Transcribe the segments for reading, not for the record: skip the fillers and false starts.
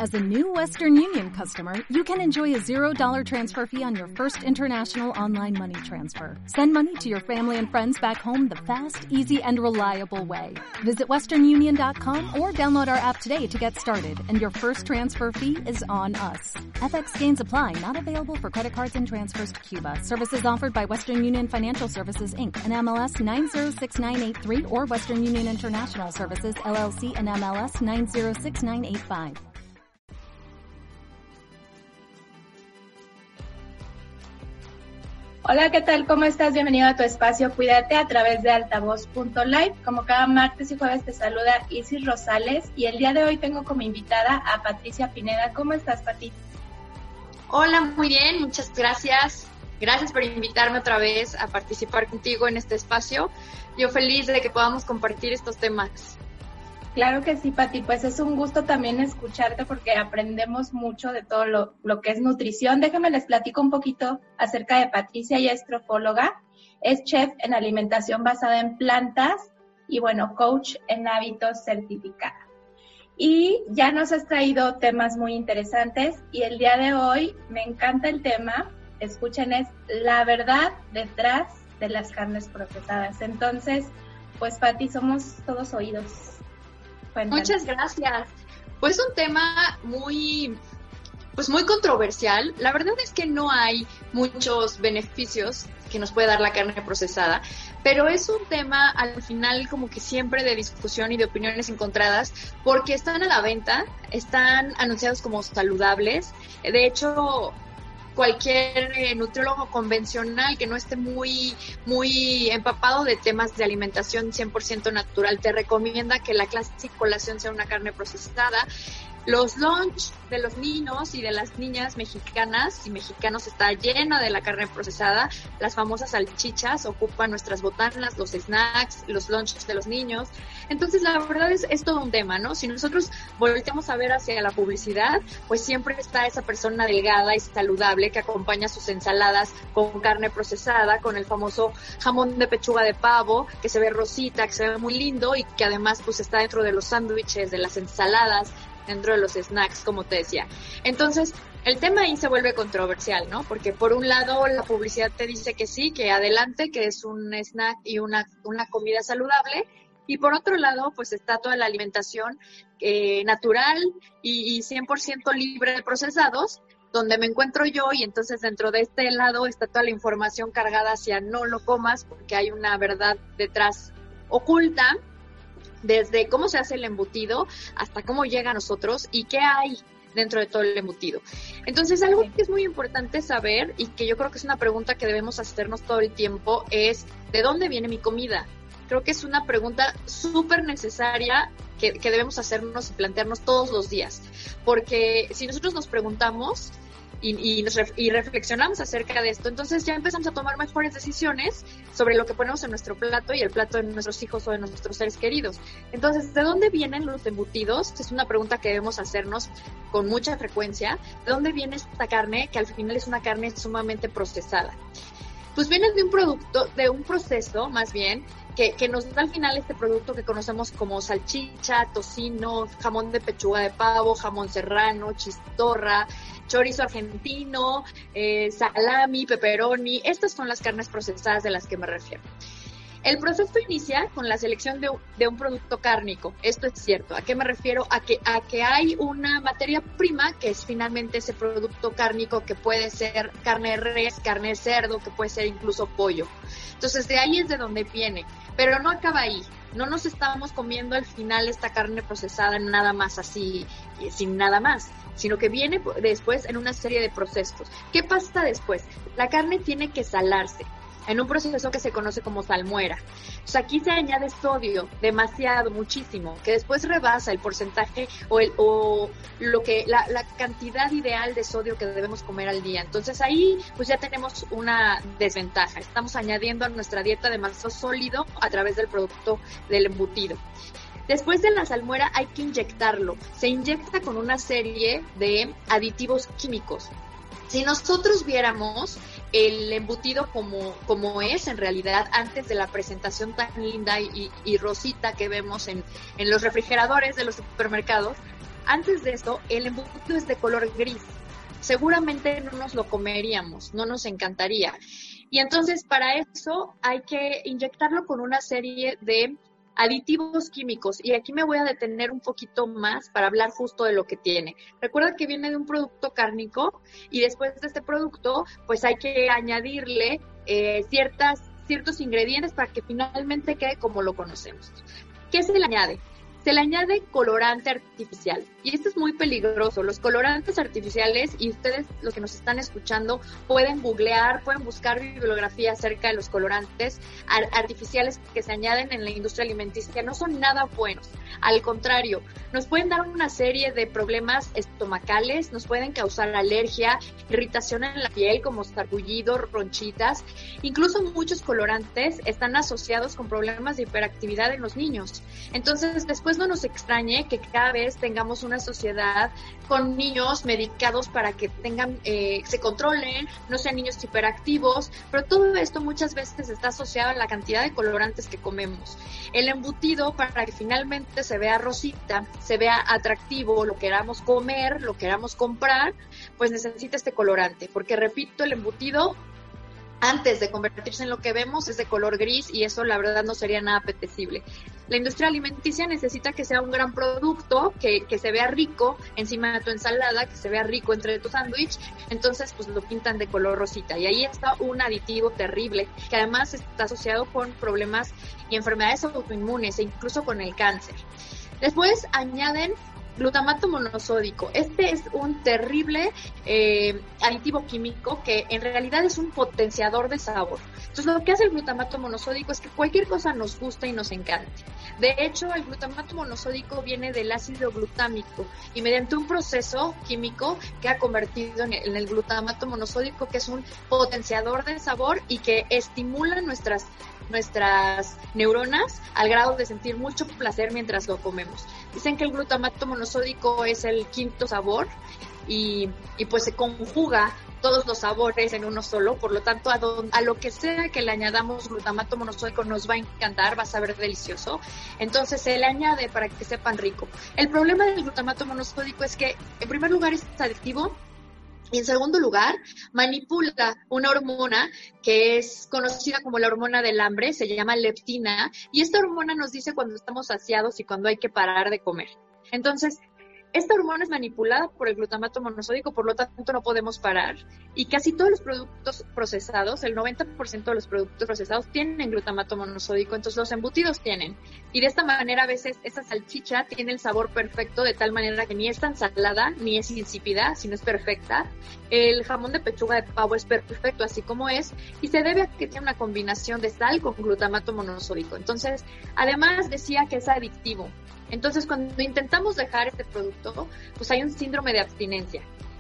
As a new Western Union customer, you can enjoy a $0 transfer fee on your first international online money transfer. Send money to your family and friends back home the fast, easy, and reliable way. Visit westernunion.com or download our app today to get started, and your first transfer fee is on us. FX gains apply, not available for credit cards and transfers to Cuba. Services offered by Western Union Financial Services, Inc., and MLS 906983, or Western Union International Services, LLC, and MLS 906985. Hola, ¿qué tal? ¿Cómo estás? Bienvenido a tu espacio Cuídate a través de altavoz.live. Como cada martes y jueves te saluda Isis Rosales y el día de hoy tengo como invitada a Patricia Pineda. ¿Cómo estás, Pati? Hola, muy bien, muchas gracias. Gracias por invitarme otra vez a participar contigo en este espacio. Yo feliz de que podamos compartir estos temas. Claro que sí, Pati, pues es un gusto también escucharte porque aprendemos mucho de todo lo que es nutrición. Déjame les platico un poquito acerca de Patricia. Ella es trofóloga, es chef en alimentación basada en plantas y bueno, coach en hábitos certificada. Y ya nos has traído temas muy interesantes y el día de hoy me encanta el tema, escuchen, es la verdad detrás de las carnes procesadas. Entonces, pues Pati, somos todos oídos. Cuéntame. Muchas gracias. Pues un tema muy controversial. La verdad es que no hay muchos beneficios que nos puede dar la carne procesada, pero es un tema al final como que siempre de discusión y de opiniones encontradas, porque están a la venta, están anunciados como saludables. De hecho, cualquier nutriólogo convencional que no esté muy empapado de temas de alimentación 100% natural te recomienda que la clásica colación sea una carne procesada. Los lunch de los niños y de las niñas mexicanas y mexicanos está lleno de la carne procesada. Las famosas salchichas ocupan nuestras botanas, los snacks, los lunches de los niños. Entonces, la verdad es todo un tema, ¿no? Si nosotros volteamos a ver hacia la publicidad, pues siempre está esa persona delgada y saludable que acompaña sus ensaladas con carne procesada, con el famoso jamón de pechuga de pavo, que se ve rosita, que se ve muy lindo y que además pues está dentro de los sándwiches, de las ensaladas, dentro de los snacks, como te decía. Entonces, el tema ahí se vuelve controversial, ¿no? Porque por un lado la publicidad te dice que sí, que adelante, que es un snack y una comida saludable, y por otro lado, pues está toda la alimentación natural y 100% libre de procesados, donde me encuentro yo, y entonces dentro de este lado está toda la información cargada hacia no lo comas, porque hay una verdad detrás oculta, desde cómo se hace el embutido hasta cómo llega a nosotros y qué hay dentro de todo el embutido. Entonces, algo que es muy importante saber y que yo creo que es una pregunta que debemos hacernos todo el tiempo es, ¿de dónde viene mi comida? Creo que es una pregunta súper necesaria que debemos hacernos y plantearnos todos los días, porque si nosotros nos preguntamos y reflexionamos acerca de esto, entonces ya empezamos a tomar mejores decisiones sobre lo que ponemos en nuestro plato y el plato de nuestros hijos o de nuestros seres queridos. Entonces, ¿de dónde vienen los embutidos? Es una pregunta que debemos hacernos con mucha frecuencia. ¿De dónde viene esta carne, que al final es una carne sumamente procesada? Pues viene de un proceso más bien, que nos da al final este producto que conocemos como salchicha, tocino, jamón de pechuga de pavo, jamón serrano, chistorra, chorizo argentino, salami, pepperoni. Estas son las carnes procesadas de las que me refiero. El proceso inicia con la selección de un producto cárnico. Esto es cierto. ¿A qué me refiero? A que hay una materia prima que es finalmente ese producto cárnico, que puede ser carne de res, carne de cerdo, que puede ser incluso pollo. Entonces, de ahí es de donde viene. Pero no acaba ahí. No nos estamos comiendo al final esta carne procesada nada más así, sin nada más, sino que viene después en una serie de procesos. ¿Qué pasa después? La carne tiene que salarse en un proceso que se conoce como salmuera. O sea, aquí se añade sodio, demasiado, muchísimo, que después rebasa el porcentaje la cantidad ideal de sodio que debemos comer al día. Entonces ahí pues ya tenemos una desventaja. Estamos añadiendo a nuestra dieta demasiado sólido a través del producto del embutido. Después de la salmuera hay que inyectarlo. Se inyecta con una serie de aditivos químicos. Si nosotros viéramos el embutido como es en realidad antes de la presentación tan linda y rosita que vemos en los refrigeradores de los supermercados, Antes de esto, el embutido es de color gris. Seguramente no nos lo comeríamos, no nos encantaría. Y entonces para eso hay que inyectarlo con una serie de aditivos químicos, y aquí me voy a detener un poquito más para hablar justo de lo que tiene. Recuerda que viene de un producto cárnico y después de este producto pues hay que añadirle ciertos ingredientes para que finalmente quede como lo conocemos. ¿Qué se le añade? Se le añade colorante artificial, y esto es muy peligroso. Los colorantes artificiales, y ustedes, los que nos están escuchando, pueden googlear, pueden buscar bibliografía acerca de los colorantes artificiales que se añaden en la industria alimenticia. No son nada buenos, al contrario, nos pueden dar una serie de problemas estomacales, nos pueden causar alergia, irritación en la piel como sarpullido, ronchitas. Incluso muchos colorantes están asociados con problemas de hiperactividad en los niños. Entonces, después no nos extrañe que cada vez tengamos una sociedad con niños medicados para que tengan, se controlen, no sean niños hiperactivos, pero todo esto muchas veces está asociado a la cantidad de colorantes que comemos. El embutido, para que finalmente se vea rosita, se vea atractivo, lo queramos comer, lo queramos comprar, pues necesita este colorante, porque repito, el embutido, antes de convertirse en lo que vemos, es de color gris, y eso la verdad no sería nada apetecible. La industria alimenticia necesita que sea un gran producto, que se vea rico encima de tu ensalada, que se vea rico entre tu sándwich, entonces pues lo pintan de color rosita, y ahí está un aditivo terrible, que además está asociado con problemas y enfermedades autoinmunes e incluso con el cáncer. Después añaden glutamato monosódico. Este es un terrible aditivo químico que en realidad es un potenciador de sabor. Entonces, lo que hace el glutamato monosódico es que cualquier cosa nos guste y nos encante. De hecho, el glutamato monosódico viene del ácido glutámico, y mediante un proceso químico que ha convertido en el glutamato monosódico, que es un potenciador de sabor y que estimula nuestras neuronas al grado de sentir mucho placer mientras lo comemos. Dicen que el glutamato monosódico es el quinto sabor, y pues se conjuga todos los sabores en uno solo. Por lo tanto, a lo que sea que le añadamos glutamato monosódico nos va a encantar, va a saber delicioso. Entonces se le añade para que sepan rico. El problema del glutamato monosódico es que, en primer lugar, es adictivo, y en segundo lugar, manipula una hormona que es conocida como la hormona del hambre, se llama leptina, y esta hormona nos dice cuando estamos saciados y cuando hay que parar de comer. Entonces, esta hormona es manipulada por el glutamato monosódico, por lo tanto no podemos parar, y casi todos los productos procesados, el 90% de los productos procesados tienen glutamato monosódico, entonces los embutidos tienen, y de esta manera a veces esa salchicha tiene el sabor perfecto, de tal manera que ni es tan salada, ni es insípida, sino es perfecta. El jamón de pechuga de pavo es perfecto así como es, y se debe a que tiene una combinación de sal con glutamato monosódico. Entonces, además decía que es adictivo. Entonces, cuando intentamos dejar este producto, pues hay un síndrome de abstinencia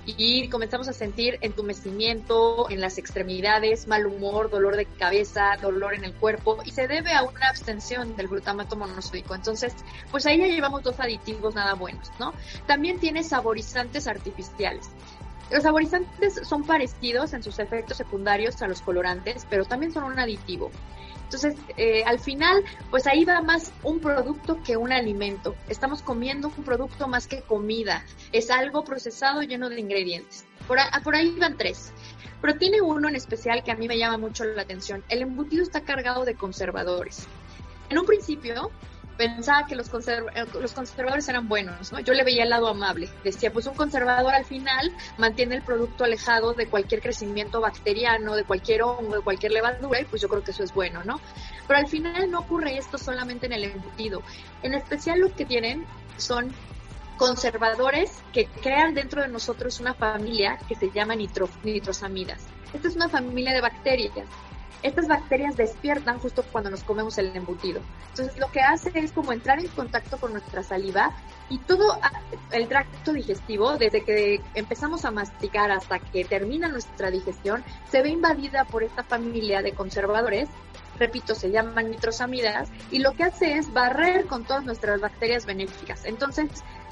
y comenzamos a sentir entumecimiento en las extremidades, mal humor, dolor de cabeza, dolor en el cuerpo, y se debe a una abstención del glutamato monosódico. Entonces, pues ahí ya llevamos dos aditivos nada buenos, ¿no? También tiene saborizantes artificiales. Los saborizantes son parecidos en sus efectos secundarios a los colorantes, pero también son un aditivo. Entonces, al final, pues ahí va más un producto que un alimento. Estamos comiendo un producto más que comida. Es algo procesado lleno de ingredientes. Por ahí van tres. Pero tiene uno en especial que a mí me llama mucho la atención. El embutido está cargado de conservadores. En un principio pensaba que los conservadores eran buenos, ¿no? Yo le veía el lado amable. Decía, pues un conservador al final mantiene el producto alejado de cualquier crecimiento bacteriano, de cualquier hongo, de cualquier levadura, y pues yo creo que eso es bueno, ¿no? Pero al final no ocurre esto solamente en el embutido. En especial lo que tienen son conservadores que crean dentro de nosotros una familia que se llama nitrosamidas. Esta es una familia de bacterias. Estas bacterias despiertan justo cuando nos comemos el embutido. Entonces, lo que hace es como entrar en contacto con nuestra saliva, y todo el tracto digestivo, desde que empezamos a masticar hasta que termina nuestra digestión, se ve invadida por esta familia de conservadores. Repito, se llaman nitrosamidas, y lo que hace es barrer con todas nuestras bacterias benéficas. Entonces,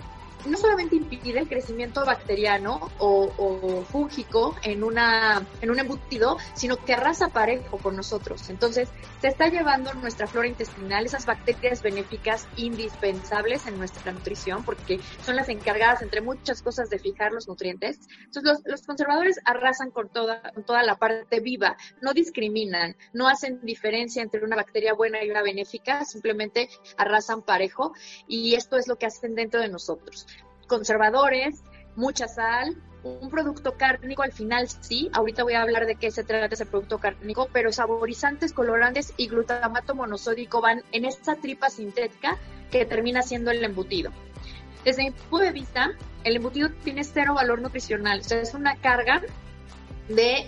no solamente impide el crecimiento bacteriano o fúngico en un embutido, sino que arrasa parejo con nosotros. Entonces, se está llevando nuestra flora intestinal, esas bacterias benéficas indispensables en nuestra nutrición, porque son las encargadas, entre muchas cosas, de fijar los nutrientes. Entonces, los conservadores arrasan con toda la parte viva, no discriminan, no hacen diferencia entre una bacteria buena y una benéfica, simplemente arrasan parejo, y esto es lo que hacen dentro de nosotros. Conservadores, mucha sal, un producto cárnico al final sí, ahorita voy a hablar de qué se trata ese producto cárnico, pero saborizantes, colorantes y glutamato monosódico van en esta tripa sintética que termina siendo el embutido. Desde mi punto de vista, el embutido tiene cero valor nutricional, o sea, es una carga de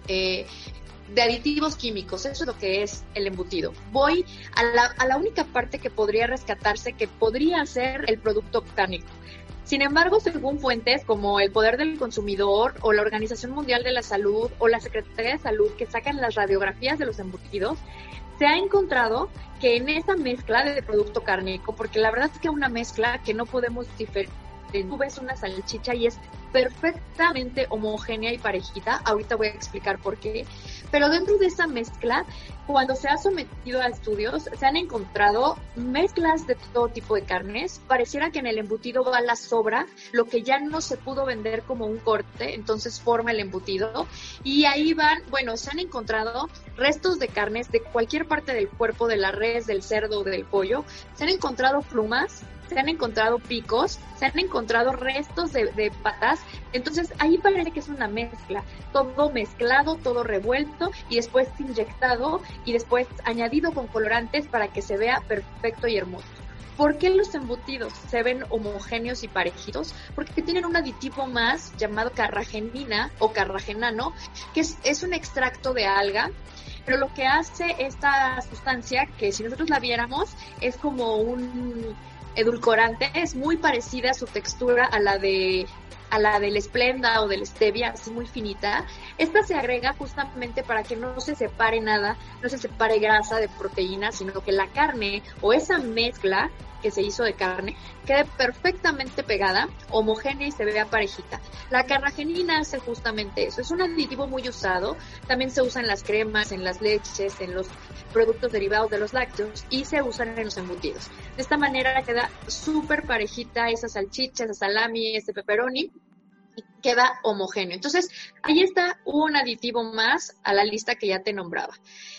aditivos químicos, eso es lo que es el embutido. Voy a la única parte que podría rescatarse, que podría ser el producto cárnico. Sin embargo, según fuentes como el Poder del Consumidor o la Organización Mundial de la Salud o la Secretaría de Salud, que sacan las radiografías de los embutidos, se ha encontrado que en esa mezcla de producto cárnico, porque la verdad es que una mezcla que no podemos diferenciar, tú ves una salchicha y es perfectamente homogénea y parejita, ahorita voy a explicar por qué, pero dentro de esa mezcla, cuando se ha sometido a estudios, se han encontrado mezclas de todo tipo de carnes, pareciera que en el embutido va la sobra, lo que ya no se pudo vender como un corte, entonces forma el embutido, y ahí van, bueno, se han encontrado restos de carnes de cualquier parte del cuerpo, de la res, del cerdo o del pollo, se han encontrado plumas, se han encontrado picos, se han encontrado restos de patas, entonces ahí parece que es una mezcla, todo mezclado, todo revuelto y después inyectado y después añadido con colorantes para que se vea perfecto y hermoso. ¿Por qué los embutidos se ven homogéneos y parejitos? Porque tienen un aditivo más llamado carragenina o carragenano, que es un extracto de alga, pero lo que hace esta sustancia, que si nosotros la viéramos, es como un edulcorante, es muy parecida a su textura a la del Splenda o del Stevia, así muy finita. Esta se agrega justamente para que no se separe nada, no se separe grasa de proteína, sino que la carne o esa mezcla que se hizo de carne quede perfectamente pegada, homogénea y se vea parejita. La carragenina hace justamente eso, es un aditivo muy usado, también se usa en las cremas, en las leches, en los productos derivados de los lácteos y se usan en los embutidos. De esta manera queda súper parejita esa salchicha, esa salami, ese pepperoni, y queda homogéneo. Entonces, ahí está un aditivo más a la lista que ya te nombraba.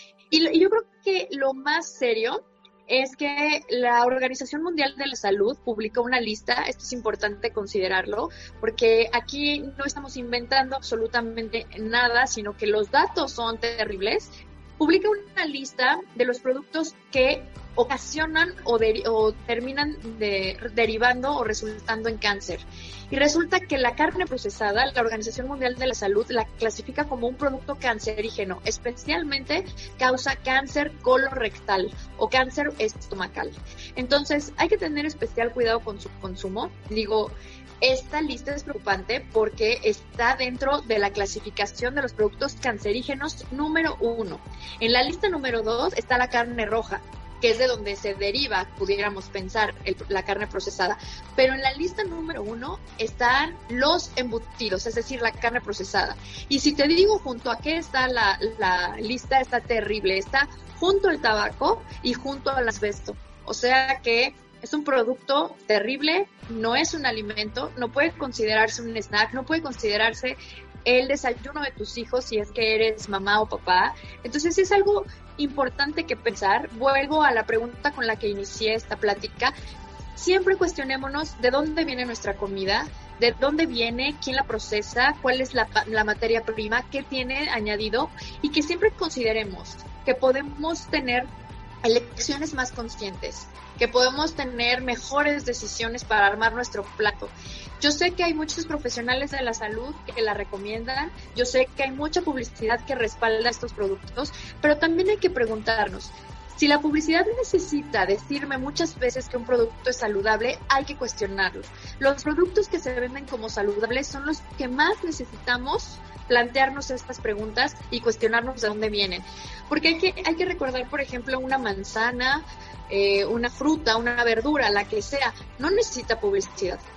Y yo creo que lo más serio es que la Organización Mundial de la Salud publicó una lista, esto es importante considerarlo, porque aquí no estamos inventando absolutamente nada, sino que los datos son terribles. Publica una lista de los productos que ocasionan o terminan derivando o resultando en cáncer. Y resulta que la carne procesada, la Organización Mundial de la Salud la clasifica como un producto cancerígeno, especialmente causa cáncer colorectal o cáncer estomacal. Entonces, hay que tener especial cuidado con su consumo. Digo, esta lista es preocupante porque está dentro de la clasificación de los productos cancerígenos número 1. En la lista número 2 está la carne roja, que es de donde se deriva, pudiéramos pensar, la carne procesada. Pero en la lista número 1 están los embutidos, es decir, la carne procesada. Y si te digo junto a qué está la lista, está terrible. Está junto al tabaco y junto al asbesto. O sea que es un producto terrible, no es un alimento, no puede considerarse un snack, no puede considerarse el desayuno de tus hijos si es que eres mamá o papá. Entonces es algo importante que pensar. Vuelvo a la pregunta con la que inicié esta plática. Siempre cuestionémonos de dónde viene nuestra comida, de dónde viene, quién la procesa, cuál es la materia prima, qué tiene añadido, y que siempre consideremos que podemos tener elecciones más conscientes, que podemos tener mejores decisiones para armar nuestro plato. Yo sé que hay muchos profesionales de la salud que la recomiendan, yo sé que hay mucha publicidad que respalda estos productos, pero también hay que preguntarnos, si la publicidad necesita decirme muchas veces que un producto es saludable, hay que cuestionarlo. Los productos que se venden como saludables son los que más necesitamos plantearnos estas preguntas y cuestionarnos de dónde vienen. Porque hay que recordar, por ejemplo, una manzana, una fruta, una verdura, la que sea, no necesita publicidad.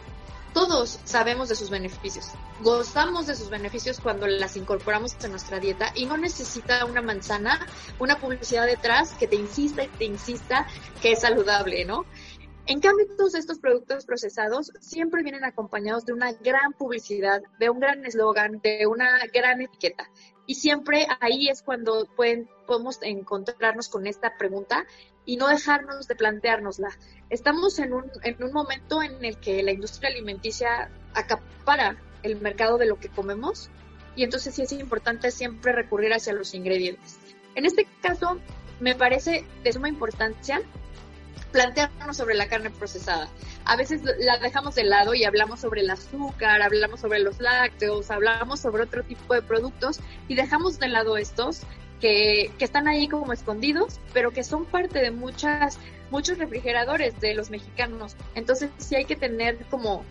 todos sabemos de sus beneficios, gozamos de sus beneficios cuando las incorporamos en nuestra dieta y no necesita una manzana, una publicidad detrás que te insista que es saludable, ¿no? En cambio, todos estos productos procesados siempre vienen acompañados de una gran publicidad, de un gran eslogan, de una gran etiqueta. Y siempre ahí es cuando podemos encontrarnos con esta pregunta y no dejarnos de planteárnosla. Estamos en un momento en el que la industria alimenticia acapara el mercado de lo que comemos y entonces sí es importante siempre recurrir hacia los ingredientes. En este caso, me parece de suma importancia plantearnos sobre la carne procesada. A veces la dejamos de lado y hablamos sobre el azúcar, hablamos sobre los lácteos, hablamos sobre otro tipo de productos y dejamos de lado estos que están ahí como escondidos, pero que son parte de muchos refrigeradores de los mexicanos. Entonces sí hay que tener como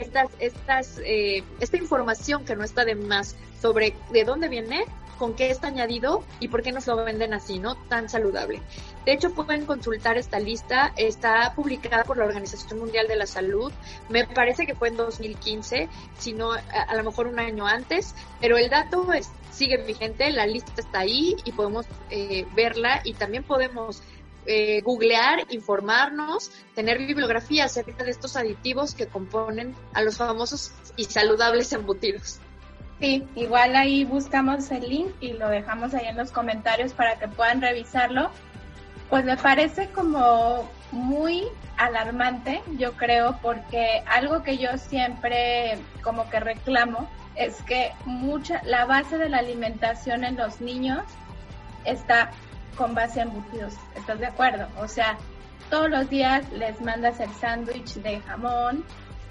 esta información que no está de más sobre de dónde viene, con qué está añadido y por qué nos lo venden así, ¿no? Tan saludable. De hecho, pueden consultar esta lista, está publicada por la Organización Mundial de la Salud, me parece que fue en 2015, si no, a lo mejor un año antes, pero el dato sigue vigente, la lista está ahí y podemos verla y también podemos googlear, informarnos, tener bibliografía acerca de estos aditivos que componen a los famosos y saludables embutidos. Sí, igual ahí buscamos el link y lo dejamos ahí en los comentarios para que puedan revisarlo. Pues me parece como muy alarmante, yo creo, porque algo que yo siempre como que reclamo es que la base de la alimentación en los niños está con base a embutidos. ¿Estás de acuerdo? O sea, todos los días les mandas el sándwich de jamón,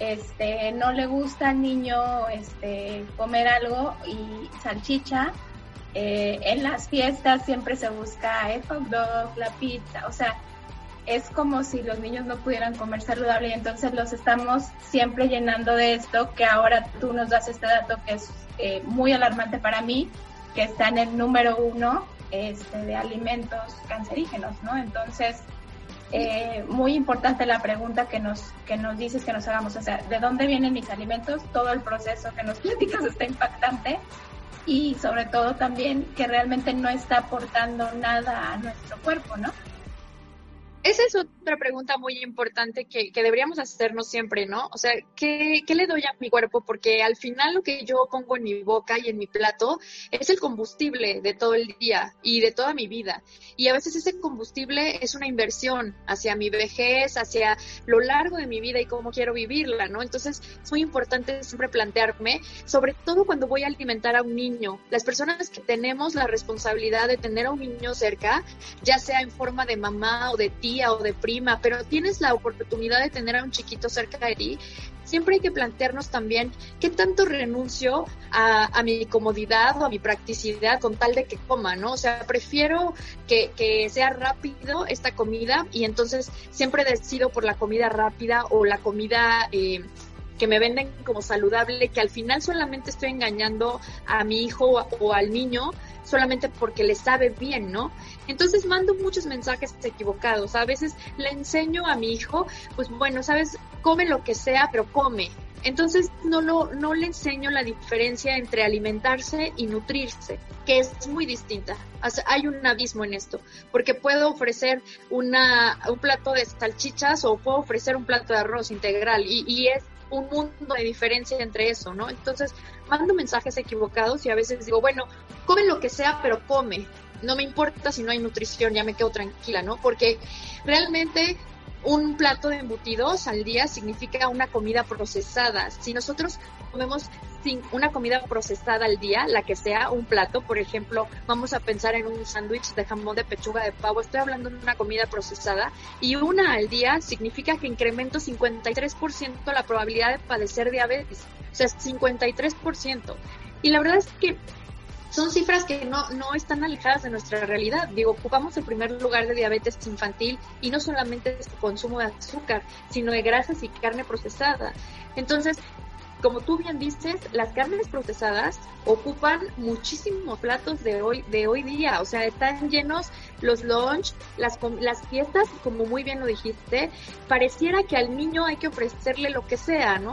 no le gusta al niño comer algo y salchicha, en las fiestas siempre se busca el hot dog, la pizza, o sea, es como si los niños no pudieran comer saludable y entonces los estamos siempre llenando de esto, que ahora tú nos das este dato que es muy alarmante para mí, que está en el número 1 de alimentos cancerígenos, ¿no? Entonces, muy importante la pregunta que nos dices que nos hagamos, o sea, ¿de dónde vienen mis alimentos? Todo el proceso que nos platicas está impactante y sobre todo también que realmente no está aportando nada a nuestro cuerpo, ¿no? Esa es otra pregunta muy importante que deberíamos hacernos siempre, ¿no? O sea, ¿qué le doy a mi cuerpo? Porque al final lo que yo pongo en mi boca y en mi plato es el combustible de todo el día y de toda mi vida. Y a veces ese combustible es una inversión hacia mi vejez, hacia lo largo de mi vida y cómo quiero vivirla, ¿no? Entonces es muy importante siempre plantearme, sobre todo cuando voy a alimentar a un niño. Las personas que tenemos la responsabilidad de tener a un niño cerca, ya sea en forma de mamá o de tía, o de prima, pero tienes la oportunidad de tener a un chiquito cerca de ti, siempre hay que plantearnos también qué tanto renuncio a mi comodidad o a mi practicidad con tal de que coma, ¿no? O sea, prefiero que sea rápido esta comida y entonces siempre decido por la comida rápida o la comida que me venden como saludable, que al final solamente estoy engañando a mi hijo o al niño solamente porque le sabe bien, ¿no? Entonces mando muchos mensajes equivocados. A veces le enseño a mi hijo, pues bueno, sabes, come lo que sea, pero come. Entonces no le enseño la diferencia entre alimentarse y nutrirse, que es muy distinta. O sea, hay un abismo en esto, porque puedo ofrecer un plato de salchichas o puedo ofrecer un plato de arroz integral y es un mundo de diferencia entre eso, ¿no? Entonces mando mensajes equivocados y a veces digo, bueno, come lo que sea, pero come. No me importa si no hay nutrición, ya me quedo tranquila, ¿no? Porque realmente un plato de embutidos al día significa una comida procesada. Si nosotros comemos una comida procesada al día, la que sea, un plato, por ejemplo, vamos a pensar en un sándwich de jamón de pechuga de pavo, estoy hablando de una comida procesada, y una al día significa que incremento 53% la probabilidad de padecer diabetes, o sea, 53%. Y la verdad es que son cifras que no están alejadas de nuestra realidad. Digo, ocupamos el primer lugar de diabetes infantil y no solamente es el consumo de azúcar, sino de grasas y carne procesada. Entonces, como tú bien dices, las carnes procesadas ocupan muchísimos platos de hoy día. O sea, están llenos los lunch, las fiestas, como muy bien lo dijiste. Pareciera que al niño hay que ofrecerle lo que sea, ¿no?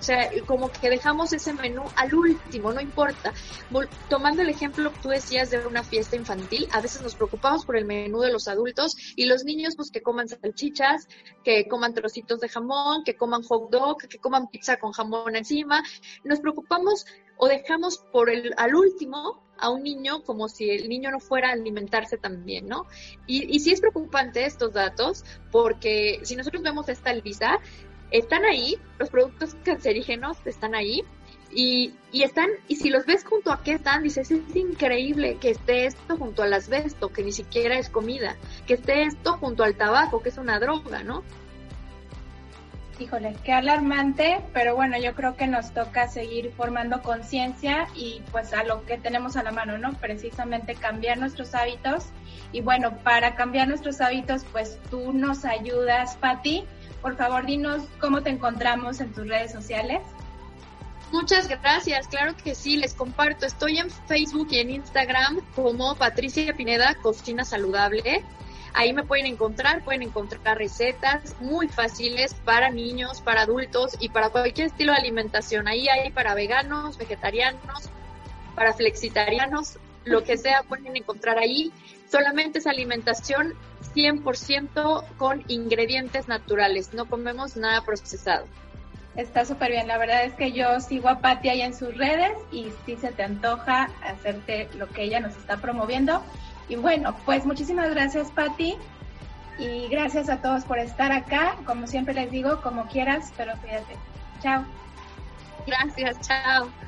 O sea, como que dejamos ese menú al último, no importa. Tomando el ejemplo que tú decías de una fiesta infantil, a veces nos preocupamos por el menú de los adultos y los niños pues que coman salchichas, que coman trocitos de jamón, que coman hot dog, que coman pizza con jamón encima. Nos preocupamos o dejamos al último a un niño como si el niño no fuera a alimentarse también, ¿no? Y sí es preocupante estos datos, porque si nosotros vemos esta lista, están ahí, los productos cancerígenos están ahí, y si los ves junto a qué están, dices, es increíble que esté esto junto al asbesto, que ni siquiera es comida, que esté esto junto al tabaco, que es una droga, ¿no? Híjole, qué alarmante, pero bueno, yo creo que nos toca seguir formando conciencia y pues a lo que tenemos a la mano, ¿no? Precisamente cambiar nuestros hábitos. Y bueno, para cambiar nuestros hábitos, pues tú nos ayudas, Pati. Por favor, dinos cómo te encontramos en tus redes sociales. Muchas gracias, claro que sí, les comparto. Estoy en Facebook y en Instagram como Patricia Pineda Cocina Saludable. Ahí me pueden encontrar recetas muy fáciles para niños, para adultos y para cualquier estilo de alimentación. Ahí hay para veganos, vegetarianos, para flexitarianos, lo que sea pueden encontrar ahí. Solamente es alimentación 100% con ingredientes naturales, no comemos nada procesado. Está súper bien, la verdad es que yo sigo a Pati ahí en sus redes y sí se te antoja hacerte lo que ella nos está promoviendo. Y bueno, pues muchísimas gracias, Pati, y gracias a todos por estar acá. Como siempre les digo, como quieras, pero cuídate. Chao. Gracias, chao.